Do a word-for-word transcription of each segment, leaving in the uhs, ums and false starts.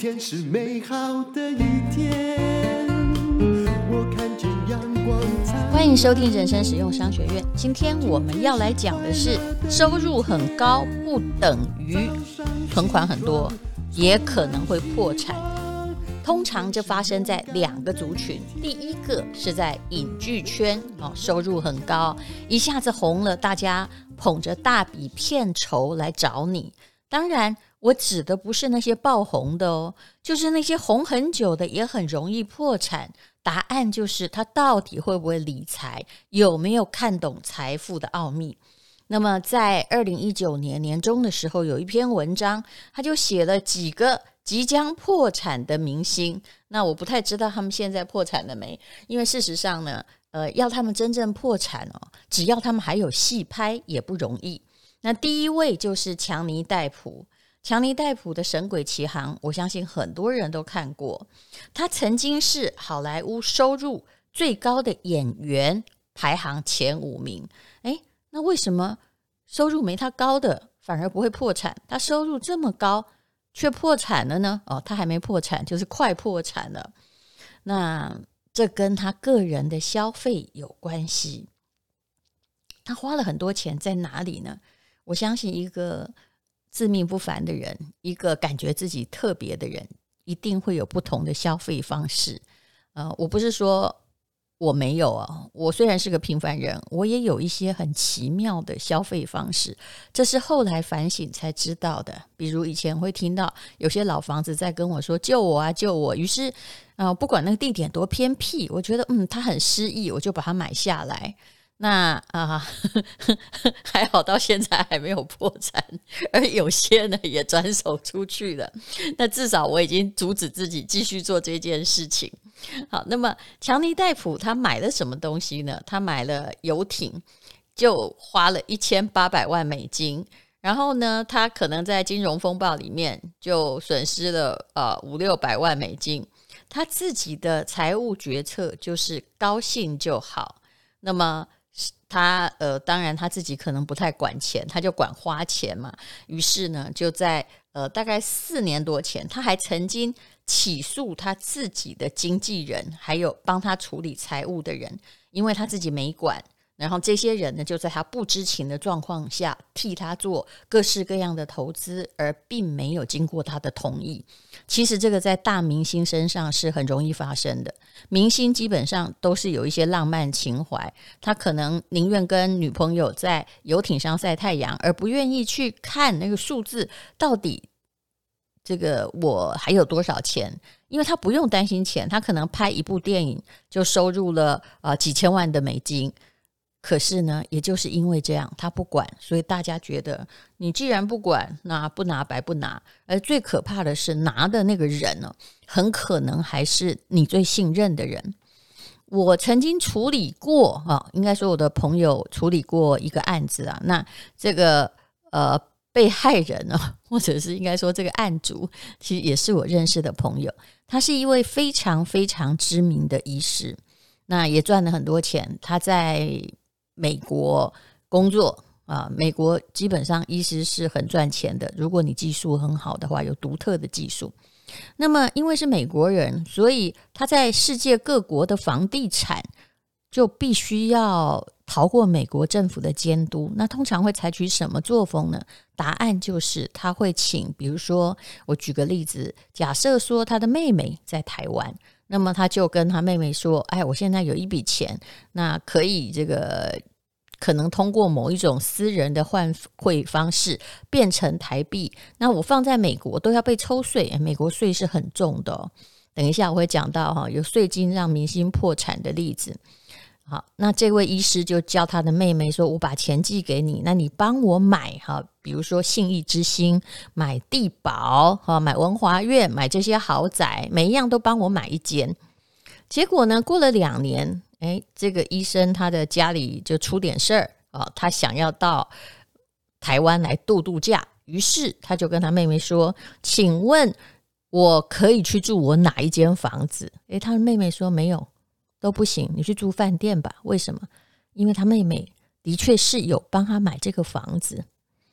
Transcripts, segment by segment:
天是美好的一天，我看见阳光灿烂。 欢迎收听人生实用商学院。今天我们要来讲的是，收入很高不等于存款很多，也可能会破产。通常这发生在两个族群，第一个是在影剧圈、哦、收入很高，一下子红了，大家捧着大笔片酬来找你。当然我指的不是那些爆红的哦，就是那些红很久的也很容易破产。答案就是他到底会不会理财，有没有看懂财富的奥秘。那么在二零一九年年中的时候，有一篇文章，他就写了几个即将破产的明星。那我不太知道他们现在破产了没，因为事实上呢，呃，要他们真正破产哦，只要他们还有戏拍也不容易。那第一位就是强尼戴普。强尼戴普的《神鬼奇航》，我相信很多人都看过。他曾经是好莱坞收入最高的演员，排行前五名。诶，那为什么收入没他高的反而不会破产？他收入这么高却破产了呢？哦，他还没破产，就是快破产了。那这跟他个人的消费有关系。他花了很多钱在哪里呢？我相信一个自命不凡的人，一个感觉自己特别的人，一定会有不同的消费方式。呃，我不是说我没有啊，我虽然是个平凡人，我也有一些很奇妙的消费方式，这是后来反省才知道的。比如以前会听到有些老房子在跟我说救我啊救我，于是呃，不管那个地点多偏僻，我觉得嗯，它很诗意，我就把它买下来。那啊，还好到现在还没有破产，而有些呢也转手出去了。那至少我已经阻止自己继续做这件事情。好，那么强尼戴普他买了什么东西呢？他买了游艇，就花了一千八百万美金。然后呢，他可能在金融风暴里面就损失了呃五六百万美金。他自己的财务决策就是高兴就好。那么他呃，当然他自己可能不太管钱，他就管花钱嘛。于是呢，就在呃大概四年多前，他还曾经起诉他自己的经纪人，还有帮他处理财务的人，因为他自己没管。然后这些人呢，就在他不知情的状况下替他做各式各样的投资，而并没有经过他的同意。其实这个在大明星身上是很容易发生的。明星基本上都是有一些浪漫情怀，他可能宁愿跟女朋友在游艇上晒太阳，而不愿意去看那个数字到底这个我还有多少钱，因为他不用担心钱，他可能拍一部电影就收入了呃几千万的美金。可是呢，也就是因为这样他不管，所以大家觉得你既然不管，那不拿白不拿。而最可怕的是拿的那个人呢，很可能还是你最信任的人。我曾经处理过啊，应该说我的朋友处理过一个案子啊，那这个呃被害人呢、啊，或者是应该说这个案主，其实也是我认识的朋友，他是一位非常非常知名的医师，那也赚了很多钱，他在美国工作啊，美国基本上医师是很赚钱的，如果你技术很好的话，有独特的技术。那么因为是美国人，所以他在世界各国的房地产就必须要逃过美国政府的监督。那通常会采取什么作风呢？答案就是他会请，比如说我举个例子，假设说他的妹妹在台湾，那么他就跟他妹妹说，哎，我现在有一笔钱，那可以这个可能通过某一种私人的换汇方式变成台币，那我放在美国都要被抽税，美国税是很重的哦。等一下我会讲到有税金让明星破产的例子。好，那这位医师就叫他的妹妹说，我把钱寄给你，那你帮我买哈，比如说信义之星，买地堡，买文华苑，买这些豪宅，每一样都帮我买一间。结果呢，过了两年，诶，这个医生他的家里就出点事儿、哦、他想要到台湾来度度假，于是他就跟他妹妹说，请问我可以去住我哪一间房子？诶，他的妹妹说没有，都不行，你去住饭店吧。为什么？因为他妹妹的确是有帮他买这个房子。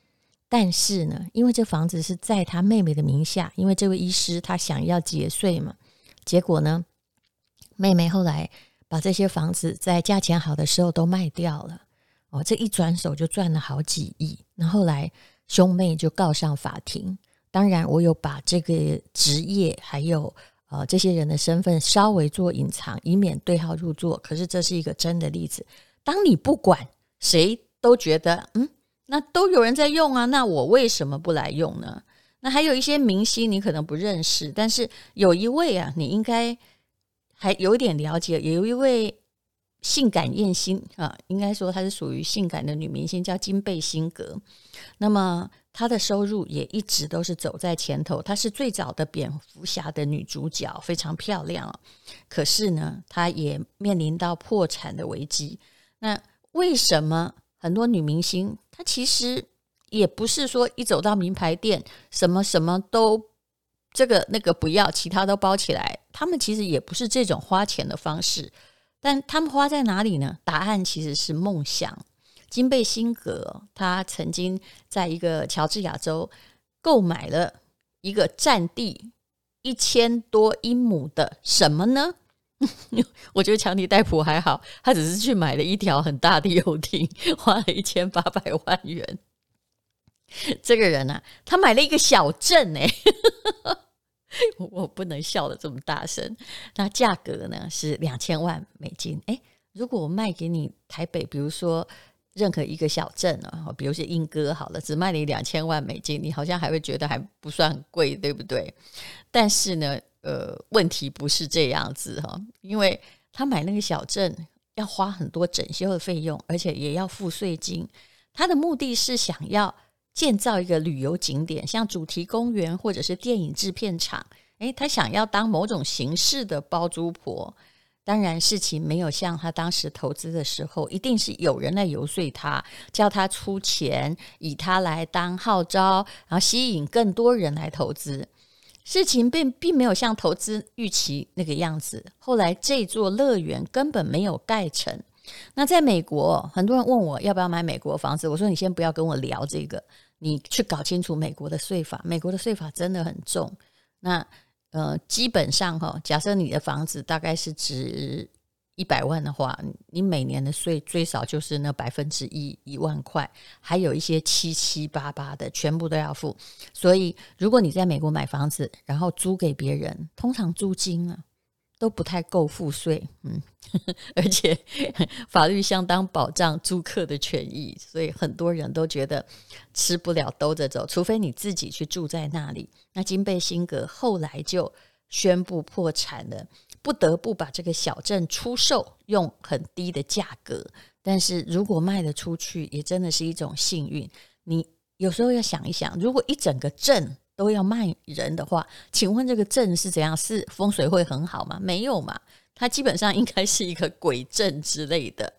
但是呢，因为这房子是在他妹妹的名下，因为这位医师他想要节税嘛，结果呢，妹妹后来把这些房子在价钱好的时候都卖掉了，哦，这一转手就赚了好几亿。那后来兄妹就告上法庭，当然我有把这个职业还有呃这些人的身份稍微做隐藏，以免对号入座，可是这是一个真的例子。当你不管谁都觉得嗯，那都有人在用啊，那我为什么不来用呢？那还有一些明星你可能不认识，但是有一位啊你应该还有一点了解，有一位性感艳星啊，应该说她是属于性感的女明星，叫金贝辛格。那么她的收入也一直都是走在前头，她是最早的蝙蝠侠的女主角，非常漂亮哦。可是呢，她也面临到破产的危机。那为什么很多女明星她其实也不是说一走到名牌店什么什么都这个那个不要，其他都包起来，她们其实也不是这种花钱的方式，但她们花在哪里呢？答案其实是梦想。金贝辛格他曾经在一个乔治亚州购买了一个占地一千多英亩的什么呢？我觉得强尼戴普还好，他只是去买了一条很大的游艇，花了一千八百万元。这个人啊，他买了一个小镇哎、欸，我不能笑得这么大声。那价格呢是两千万美金。哎，如果我卖给你台北，比如说任何一个小镇啊，比如说莺歌好了，只卖你两千万美金，你好像还会觉得还不算很贵，对不对？但是呢，呃，问题不是这样子哈，因为他买那个小镇要花很多整修的费用，而且也要付税金。他的目的是想要建造一个旅游景点，像主题公园或者是电影制片厂。诶，他想要当某种形式的包租婆。当然事情没有像他当时投资的时候，一定是有人来游说他，叫他出钱，以他来当号召，然后吸引更多人来投资。事情并并没有像投资预期那个样子，后来这座乐园根本没有盖成。那在美国，很多人问我要不要买美国房子，我说你先不要跟我聊这个，你去搞清楚美国的税法，美国的税法真的很重。那呃，基本上哈，假设你的房子大概是值一百万的话，你每年的税最少就是那百分之一一万块，还有一些七七八八的，全部都要付。所以，如果你在美国买房子，然后租给别人，通常租金啊都不太够付税，嗯，而且法律相当保障租客的权益，所以很多人都觉得吃不了兜着走，除非你自己去住在那里。那金贝辛格后来就宣布破产了，不得不把这个小镇出售，用很低的价格。但是如果卖得出去，也真的是一种幸运。你有时候要想一想，如果一整个镇都要卖人的话，请问这个镇是怎样？是风水会很好吗？没有嘛，它基本上应该是一个鬼镇之类的。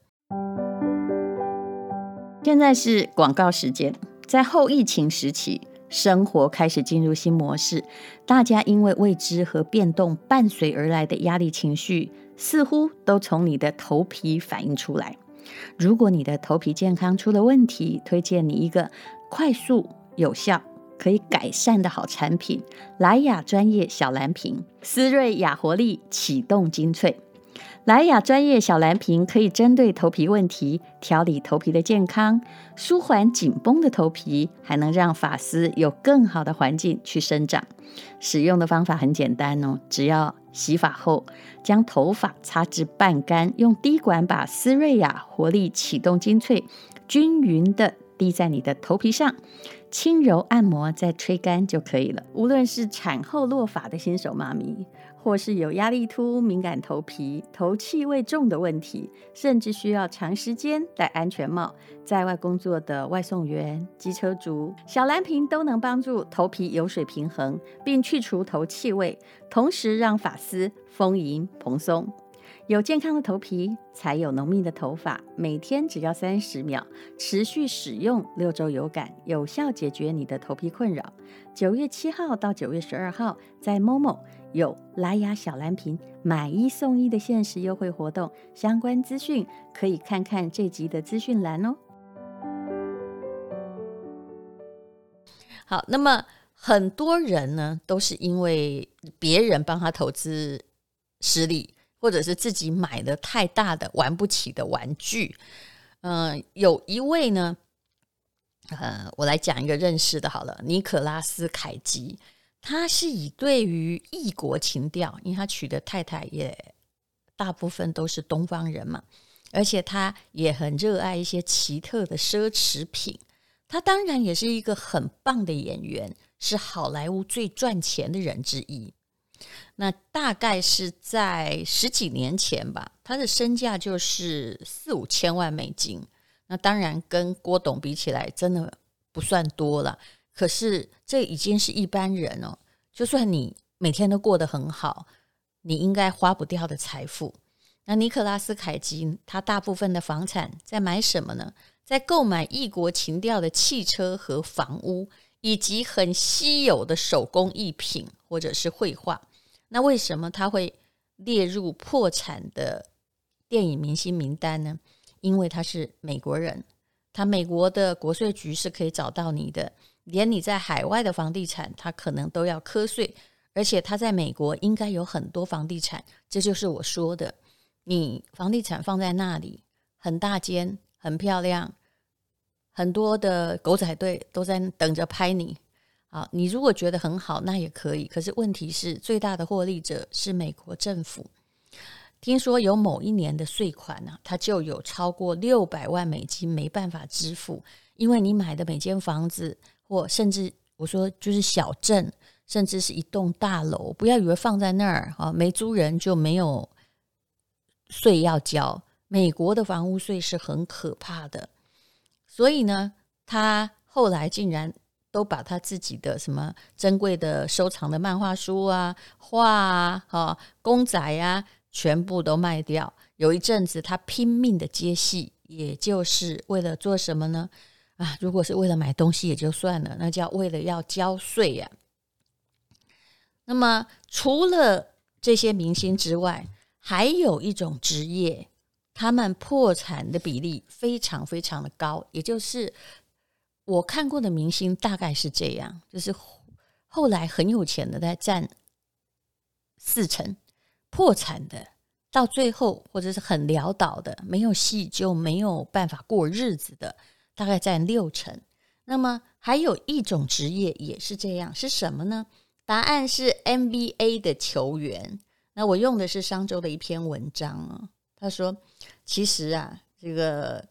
现在是广告时间。在后疫情时期，生活开始进入新模式，大家因为未知和变动伴随而来的压力情绪，似乎都从你的头皮反映出来。如果你的头皮健康出了问题，推荐你一个快速有效可以改善的好产品——莱雅专业小蓝瓶丝瑞雅活力启动精粹。莱雅专业小蓝瓶可以针对头皮问题调理头皮的健康，舒缓紧绷的头皮，还能让发丝有更好的环境去生长。使用的方法很简单哦，只要洗发后将头发擦至半干，用滴管把丝瑞雅活力启动精粹均匀的滴在你的头皮上，轻柔按摩再吹干就可以了。无论是产后落发的新手妈咪，或是有压力凸、敏感头皮、头气味重的问题，甚至需要长时间戴安全帽在外工作的外送员、机车族，小蓝瓶都能帮助头皮油水平衡，并去除头气味，同时让发丝丰盈蓬松。有健康的头皮，才有浓密的头发。每天只要三十秒，持续使用六周有感，有效解决你的头皮困扰。九月七号到九月十二号，在 Momo 有莱雅小蓝瓶买一送一的限时优惠活动，相关资讯可以看看这集的资讯栏哦。 好，那么很多人呢都是因为别人帮他投资失利，或者是自己买了太大的玩不起的玩具。嗯、呃，有一位呢，呃，我来讲一个认识的好了，尼可拉斯凯基，他是以对于异国情调，因为他娶的太太也大部分都是东方人嘛，而且他也很热爱一些奇特的奢侈品。他当然也是一个很棒的演员，是好莱坞最赚钱的人之一。那大概是在十几年前吧，他的身价就是四五千万美金。那当然跟郭董比起来真的不算多了，可是这已经是一般人哦。就算你每天都过得很好，你应该花不掉的财富。那尼可拉斯凯基他大部分的房产在买什么呢？在购买异国情调的汽车和房屋，以及很稀有的手工艺品或者是绘画。那为什么他会列入破产的电影明星名单呢？因为他是美国人，他美国的国税局是可以找到你的，连你在海外的房地产他可能都要课税，而且他在美国应该有很多房地产。这就是我说的，你房地产放在那里很大间很漂亮，很多的狗仔队都在等着拍你。好，你如果觉得很好那也可以，可是问题是最大的获利者是美国政府。听说有某一年的税款啊，它就有超过六百万美金没办法支付，因为你买的每间房子，或甚至我说就是小镇，甚至是一栋大楼，不要以为放在那儿啊，没租人就没有税要交。美国的房屋税是很可怕的，所以呢，他后来竟然都把他自己的什么珍贵的收藏的漫画书啊、画啊、哦、公仔啊，全部都卖掉。有一阵子他拼命的接戏，也就是为了做什么呢？啊，如果是为了买东西也就算了，那叫为了要交税呀、啊。那么除了这些明星之外，还有一种职业，他们破产的比例非常非常的高，也就是我看过的明星大概是这样，就是后来很有钱的在占四成，破产的到最后或者是很潦倒的，没有戏就没有办法过日子的，大概占六成。那么还有一种职业也是这样，是什么呢？答案是 N B A 的球员。那我用的是上周的一篇文章啊，他说其实啊，这个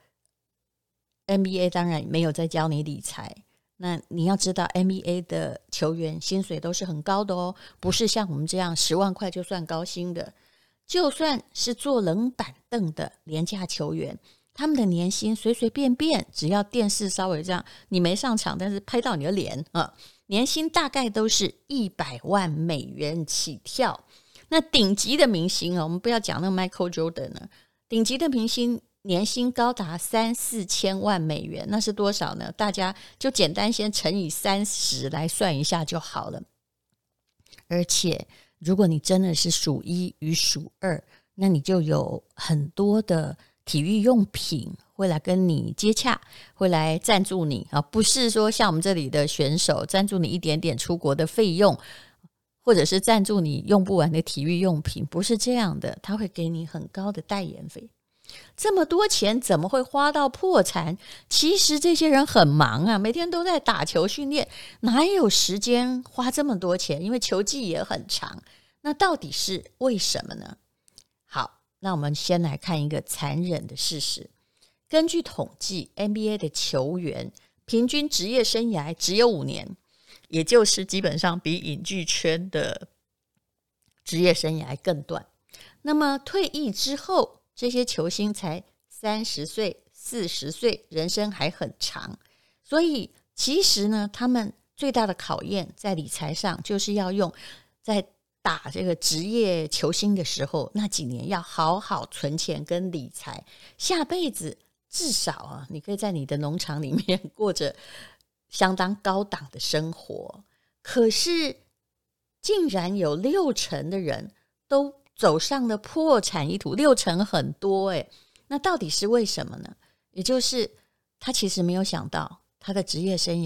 N B A 当然没有在教你理财，那你要知道 N B A 的球员薪水都是很高的哦，不是像我们这样十万块就算高薪的。就算是坐冷板凳的廉价球员，他们的年薪随随便便，只要电视稍微这样，你没上场但是拍到你的脸啊，年薪大概都是一百万美元起跳。那顶级的明星啊，我们不要讲那个 Michael Jordan 了，顶级的明星年薪高达三四千万美元，那是多少呢？大家就简单先乘以三十来算一下就好了。而且如果你真的是数一与数二，那你就有很多的体育用品会来跟你接洽，会来赞助你啊，不是说像我们这里的选手赞助你一点点出国的费用，或者是赞助你用不完的体育用品，不是这样的，他会给你很高的代言费。这么多钱怎么会花到破产？其实这些人很忙啊，每天都在打球训练，哪有时间花这么多钱？因为球季也很长。那到底是为什么呢？好，那我们先来看一个残忍的事实。根据统计， N B A 的球员平均职业生涯只有五年，也就是基本上比影剧圈的职业生涯更短。那么退役之后，这些球星才三十岁、四十岁，人生还很长。所以其实呢，他们最大的考验在理财上，就是要用在打这个职业球星的时候那几年要好好存钱跟理财，下辈子至少啊，你可以在你的农场里面过着相当高档的生活。可是竟然有六成的人都走上了破产一途，六成很多诶，那到底是为什么呢？也就是他其实没有想到他的职业生涯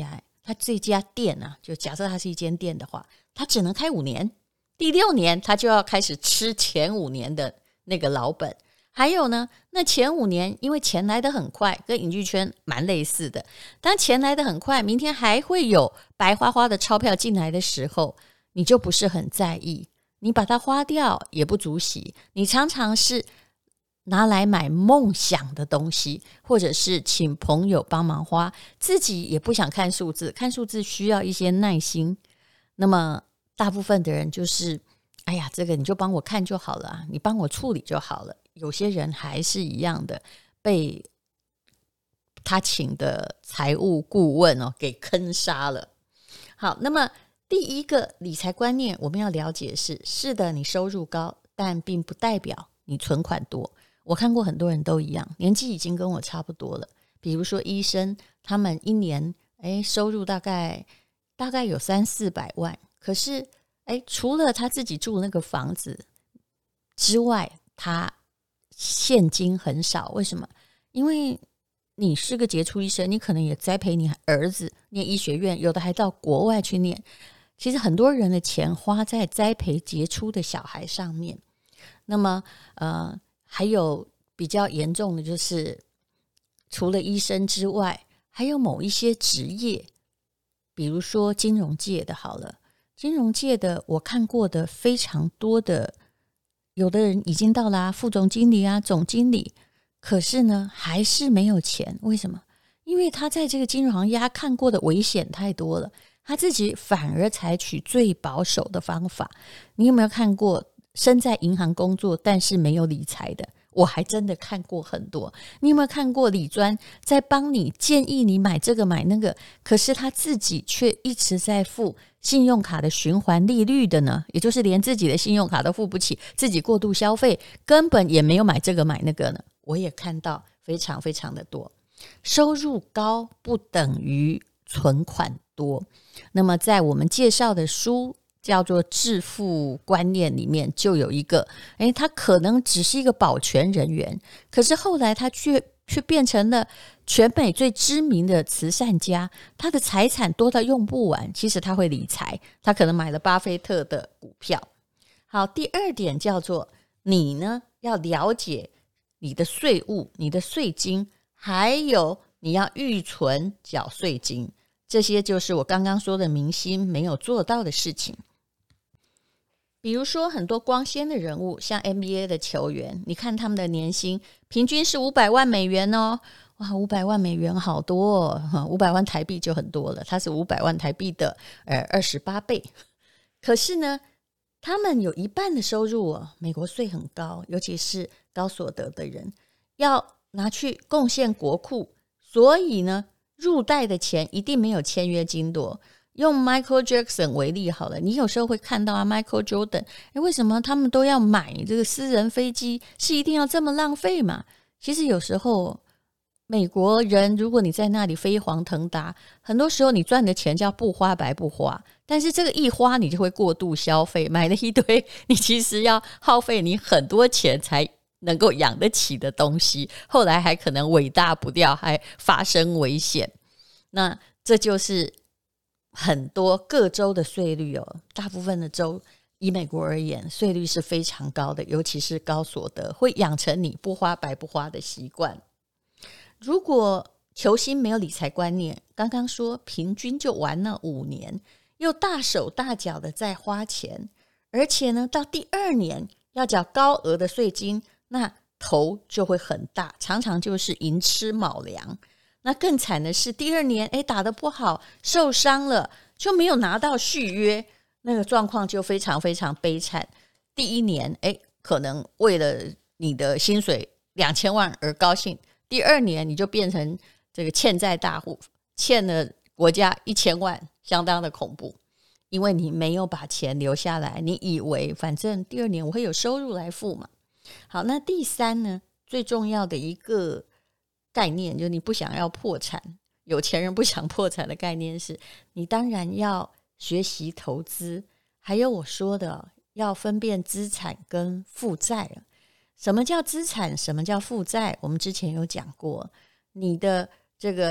他这家店啊，就假设他是一间店的话，他只能开五年，第六年他就要开始吃前五年的那个老本。还有呢，那前五年因为钱来得很快，跟影剧圈蛮类似的，当钱来得很快，明天还会有白花花的钞票进来的时候，你就不是很在意，你把它花掉也不足惜，你常常是拿来买梦想的东西，或者是请朋友帮忙花，自己也不想看数字，看数字需要一些耐心。那么大部分的人就是哎呀，这个你就帮我看就好了啊，你帮我处理就好了。有些人还是一样的被他请的财务顾问哦给坑杀了。好，那么第一个理财观念我们要了解是，是的，你收入高，但并不代表你存款多。我看过很多人都一样，年纪已经跟我差不多了，比如说医生，他们一年诶收入大概大概有三四百万，可是诶除了他自己住那个房子之外，他现金很少。为什么？因为你是个杰出医生，你可能也栽培你儿子念医学院，有的还到国外去念。其实很多人的钱花在栽培杰出的小孩上面。那么呃，还有比较严重的就是，除了医生之外，还有某一些职业，比如说金融界的好了，金融界的我看过的非常多的，有的人已经到了、啊、副总经理啊、总经理，可是呢还是没有钱。为什么？因为他在这个金融行业他看过的危险太多了，他自己反而采取最保守的方法。你有没有看过身在银行工作但是没有理财的？我还真的看过很多。你有没有看过理专在帮你建议你买这个买那个，可是他自己却一直在付信用卡的循环利率的呢？也就是连自己的信用卡都付不起，自己过度消费，根本也没有买这个买那个呢。我也看到非常非常的多。收入高不等于存款多。那么在我们介绍的书叫做致富观念里面就有一个，诶，他可能只是一个保全人员，可是后来他却却变成了全美最知名的慈善家，他的财产多到用不完。其实他会理财，他可能买了巴菲特的股票。好，第二点叫做你呢要了解你的税务、你的税金，还有你要预存缴税金，这些就是我刚刚说的明星没有做到的事情。比如说很多光鲜的人物，像 N B A 的球员，你看他们的年薪平均是五百万美元哦。哇，五百万美元好多哦，五百万台币就很多了，它是五百万台币的呃二十八倍。可是呢，他们有一半的收入哦，美国税很高，尤其是高所得的人要拿去贡献国库，所以呢，入袋的钱一定没有签约金多。用 Michael Jackson 为例好了，你有时候会看到啊 Michael Jordan， 诶，为什么他们都要买这个私人飞机？是一定要这么浪费吗？其实有时候美国人如果你在那里飞黄腾达，很多时候你赚的钱叫不花白不花，但是这个一花你就会过度消费，买了一堆你其实要耗费你很多钱才能够养得起的东西，后来还可能尾大不掉，还发生危险。那这就是很多各州的税率哦，大部分的州以美国而言税率是非常高的，尤其是高所得，会养成你不花白不花的习惯。如果球星没有理财观念，刚刚说平均就玩了五年，又大手大脚的在花钱，而且呢到第二年要缴高额的税金，那头就会很大，常常就是寅吃卯粮。那更惨的是第二年诶打得不好，受伤了，就没有拿到续约，那个状况就非常非常悲惨。第一年诶可能为了你的薪水两千万而高兴，第二年你就变成这个欠债大户，欠了国家一千万，相当的恐怖。因为你没有把钱留下来，你以为反正第二年我会有收入来付嘛。好，那第三呢，最重要的一个概念，就是你不想要破产，有钱人不想破产的概念是，你当然要学习投资，还有我说的要分辨资产跟负债了。什么叫资产，什么叫负债，我们之前有讲过。你的这个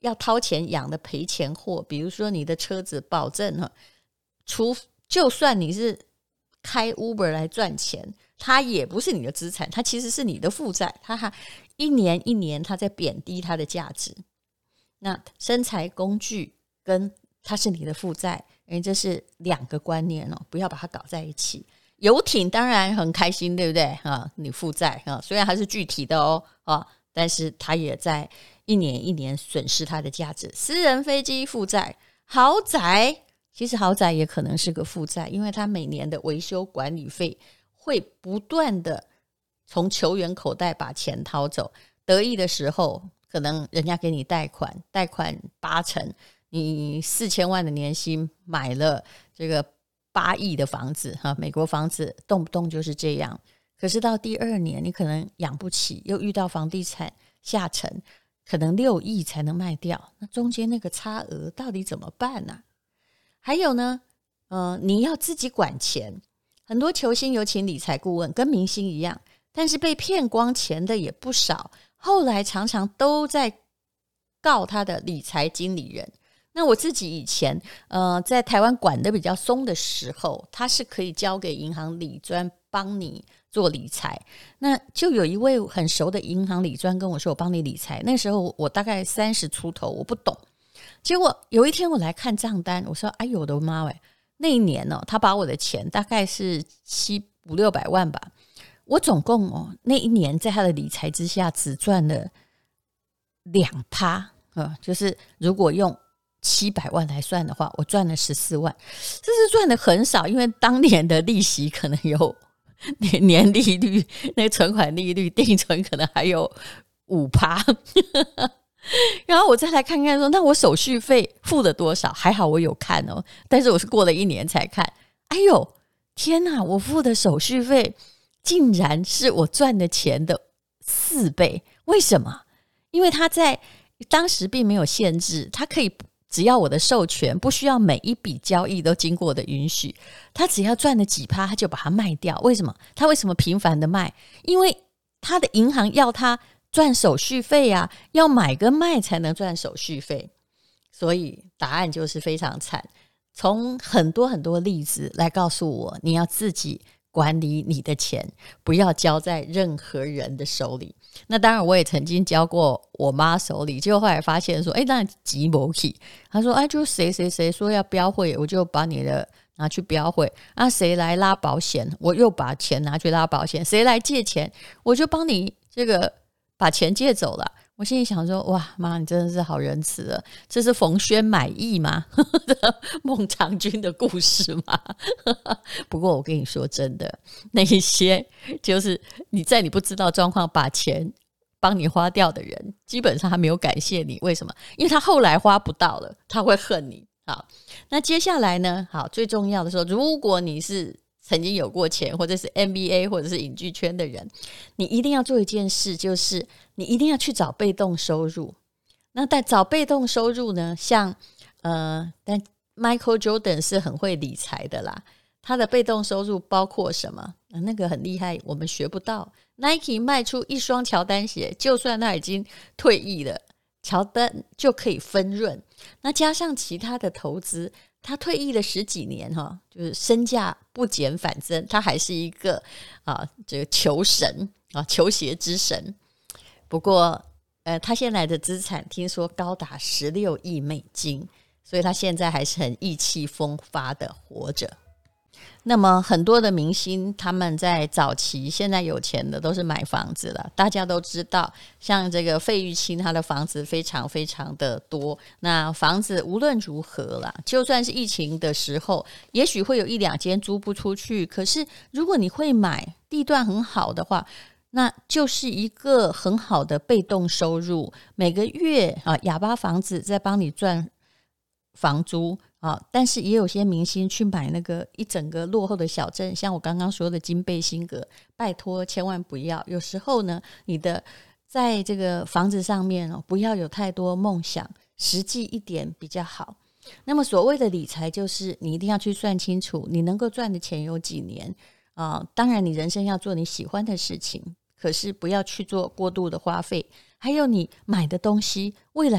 要掏钱养的赔钱货，比如说你的车子保证哈，除就算你是开 Uber 来赚钱，它也不是你的资产，它其实是你的负债，它还一年一年它在贬低它的价值。那生财工具跟它是你的负债，因为这是两个观念哦，不要把它搞在一起。游艇当然很开心，对不对啊？你负债啊，虽然它是具体的哦啊，但是它也在一年一年损失它的价值。私人飞机负债，豪宅其实豪宅也可能是个负债，因为它每年的维修管理费会不断的从球员口袋把钱掏走。得意的时候，可能人家给你贷款，贷款八成，你四千万的年薪买了这个八亿的房子哈，美国房子动不动就是这样。可是到第二年，你可能养不起，又遇到房地产下沉，可能六亿才能卖掉，那中间那个差额到底怎么办呢、啊？还有呢，呃，你要自己管钱。很多球星有请理财顾问，跟明星一样，但是被骗光钱的也不少，后来常常都在告他的理财经理人。那我自己以前呃在台湾管的比较松的时候，他是可以交给银行理专帮你做理财。那就有一位很熟的银行理专跟我说，我帮你理财。那时候我大概三十出头，我不懂。结果有一天我来看账单，我说哎呦我的妈喂，那一年哦，他把我的钱大概是七五六百万吧，我总共哦那一年在他的理财之下只赚了两趴、呃、就是如果用七百万来算的话，我赚了十四万，这是赚的很少，因为当年的利息可能有年年利率，那个存款利率定存可能还有五趴。然后我再来看看说，那我手续费付了多少？还好我有看哦，但是我是过了一年才看。哎呦天哪，我付的手续费竟然是我赚的钱的四倍。为什么？因为他在当时并没有限制，他可以只要我的授权，不需要每一笔交易都经过我的允许，他只要赚了几趴他就把它卖掉。为什么？他为什么频繁的卖？因为他的银行要他赚手续费啊，要买跟卖才能赚手续费。所以答案就是非常惨。从很多很多例子来告诉我，你要自己管理你的钱，不要交在任何人的手里。那当然我也曾经交过我妈手里，结果后来发现说，哎，那急不起。他说，哎，就谁谁谁说要标会，我就把你的拿去标会啊，谁来拉保险，我又把钱拿去拉保险，谁来借钱，我就帮你这个把钱借走了。我心里想说，哇妈，你真的是好仁慈了，这是冯轩买艺吗？孟尝君的故事吗？不过我跟你说真的，那一些就是你在你不知道状况把钱帮你花掉的人，基本上他没有感谢你。为什么？因为他后来花不到了，他会恨你。好，那接下来呢？好，最重要的说，如果你是曾经有过钱，或者是 M B A 或者是影剧圈的人，你一定要做一件事，就是你一定要去找被动收入。那在找被动收入呢，像呃，但 Michael Jordan 是很会理财的啦，他的被动收入包括什么？呃、那个很厉害，我们学不到。Nike 卖出一双乔丹鞋，就算他已经退役了，乔丹就可以分润。那加上其他的投资，他退役了十几年哈，就是身价不减反增，他还是一个啊这个球神啊，球鞋之神。不过呃，他现在的资产听说高达十六亿美金，所以他现在还是很意气风发的活着。那么很多的明星他们在早期现在有钱的都是买房子了，大家都知道像这个费玉清他的房子非常非常的多。那房子无论如何啦，就算是疫情的时候也许会有一两间租不出去，可是如果你会买，地段很好的话，那就是一个很好的被动收入。每个月啊，哑巴房子在帮你赚房租啊，但是也有些明星去买那个一整个落后的小镇，像我刚刚说的金贝辛格，拜托千万不要。有时候呢，你的在这个房子上面哦，不要有太多梦想，实际一点比较好。那么所谓的理财，就是你一定要去算清楚，你能够赚的钱有几年啊？当然，你人生要做你喜欢的事情，可是不要去做过度的花费。还有你买的东西，未来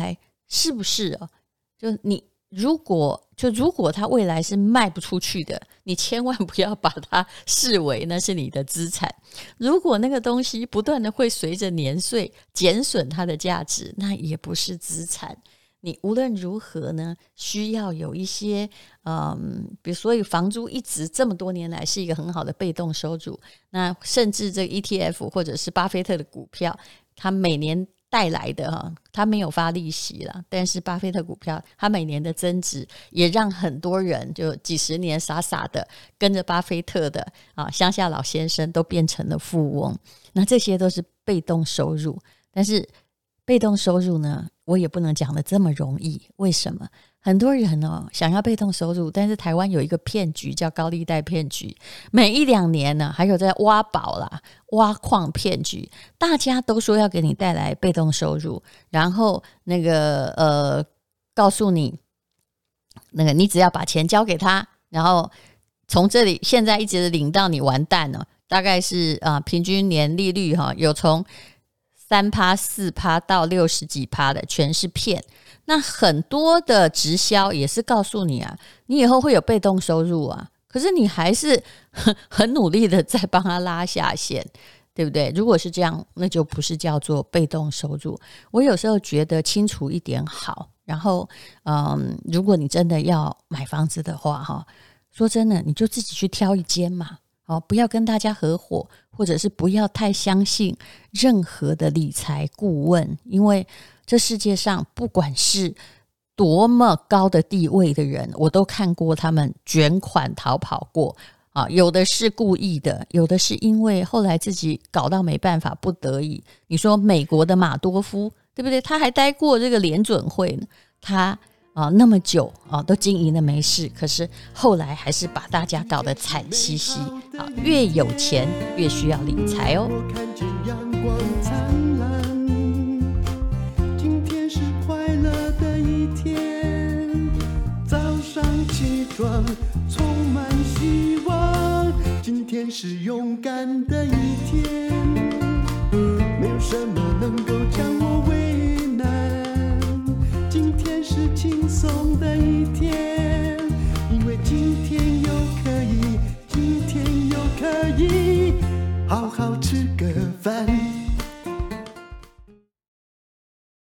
是不是哦？就你如果就如果它未来是卖不出去的，你千万不要把它视为那是你的资产。如果那个东西不断的会随着年岁减损它的价值，那也不是资产。你无论如何呢，需要有一些嗯，比如所以房租一直这么多年来是一个很好的被动收入，那甚至这个 E T F 或者是巴菲特的股票，它每年带来的哈，它没有发利息啦，但是巴菲特股票它每年的增值也让很多人就几十年傻傻的跟着巴菲特的啊乡下老先生都变成了富翁。那这些都是被动收入，但是被动收入呢，我也不能讲的这么容易。为什么？很多人哦想要被动收入，但是台湾有一个骗局叫高利贷骗局，每一两年呢还有在挖宝啦、挖矿骗局，大家都说要给你带来被动收入，然后那个呃告诉你那个你只要把钱交给他，然后从这里现在一直领到你完蛋了，大概是啊、呃、平均年利率哈、哦、有从三趴四趴到六十几趴的全是骗。那很多的直销也是告诉你啊，你以后会有被动收入啊，可是你还是很努力的在帮他拉下线，对不对？如果是这样，那就不是叫做被动收入。我有时候觉得清楚一点好。然后嗯，如果你真的要买房子的话哈，说真的，你就自己去挑一间嘛，哦，不要跟大家合伙，或者是不要太相信任何的理财顾问，因为这世界上不管是多么高的地位的人，我都看过他们卷款逃跑过啊，有的是故意的，有的是因为后来自己搞到没办法不得已。你说美国的马多夫对不对？他还待过这个联准会呢，他啊那么久啊都经营的没事，可是后来还是把大家搞得惨兮兮啊！越有钱越需要理财哦。 我看见阳光灿烂，今天是快乐的一天，早上起床充满希望，今天是勇敢的一天，没有什么能够将我为难，今天是轻松的一天。